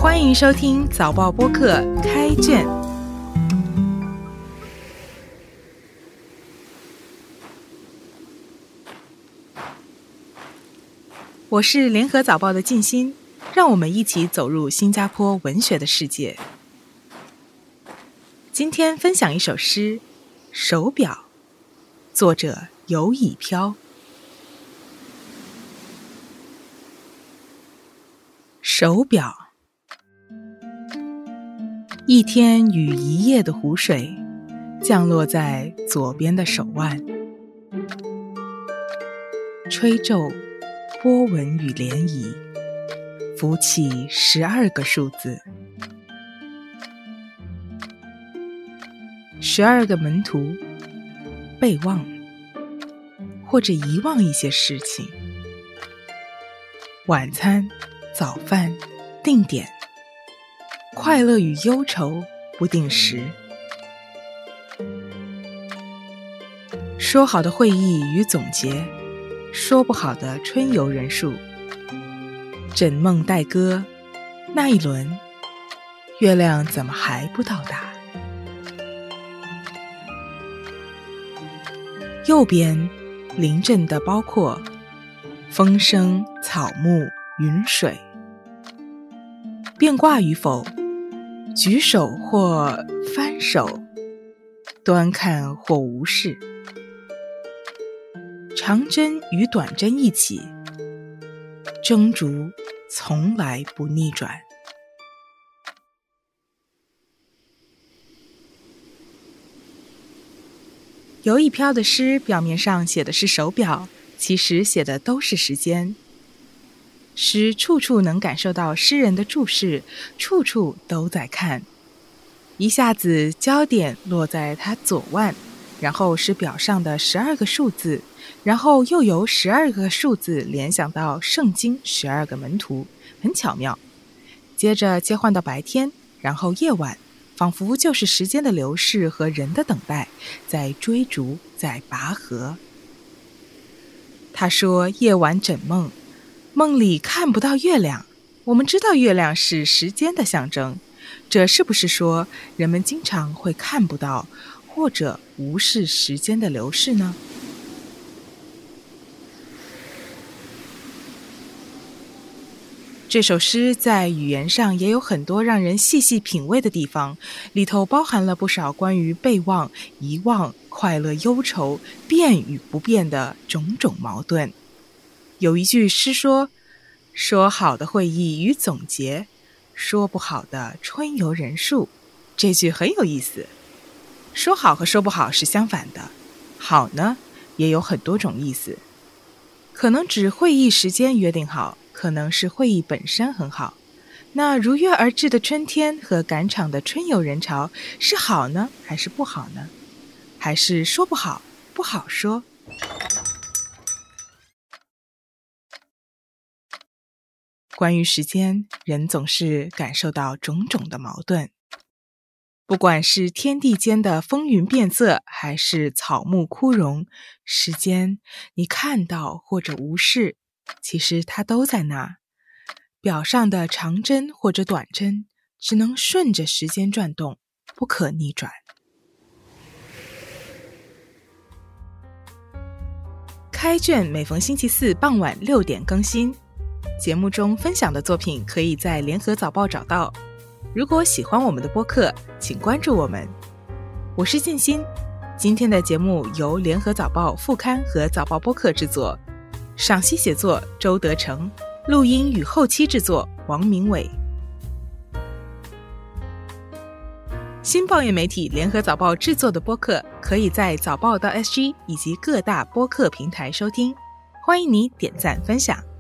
欢迎收听早报播客开卷。我是联合早报的静心，让我们一起走入新加坡文学的世界。今天分享一首诗《手表》，作者游以飘。手表，一天与一夜的湖水降落在左边的手腕，吹皱波纹与涟漪，浮起12个数字，12个门徒备忘或者遗忘一些事情，晚餐、早饭、定点，快乐与忧愁不定时，说好的会议与总结，说不好的春游人数，枕梦待歌，那一轮月亮怎么还不到达？右边临阵的包括风声、草木、云水，变卦与否，举手或翻手，端看或无视，长针与短针一起，蒸烛从来不逆转。游以飘的诗表面上写的是手表，其实写的都是时间。诗处处能感受到诗人的注视，处处都在看。一下子焦点落在他左腕，然后是表上的12个数字，然后又由12个数字联想到圣经12个门徒，很巧妙。接着切换到白天，然后夜晚，仿佛就是时间的流逝和人的等待，在追逐，在拔河。他说夜晚枕梦，梦里看不到月亮，我们知道月亮是时间的象征，这是不是说人们经常会看不到或者无视时间的流逝呢？这首诗在语言上也有很多让人细细品味的地方，里头包含了不少关于备忘、遗忘、快乐、忧愁、变与不变的种种矛盾。有一句诗说好的会议与总结，说不好的春游人数，这句很有意思。说好和说不好是相反的，好呢也有很多种意思，可能指会议时间约定好，可能是会议本身很好。那如约而至的春天和赶场的春游人潮是好呢还是不好呢？还是说不好不好说？关于时间，人总是感受到种种的矛盾。不管是天地间的风云变色，还是草木枯荣，时间你看到或者无视，其实它都在那。表上的长针或者短针，只能顺着时间转动，不可逆转。开卷每逢星期四傍晚6点更新，节目中分享的作品可以在联合早报找到。如果喜欢我们的播客，请关注我们。我是静心，今天的节目由联合早报副刊和早报播客制作，赏析写作周德成，录音与后期制作王明伟。新报业媒体联合早报制作的播客，可以在早报到 SG 以及各大播客平台收听，欢迎你点赞分享。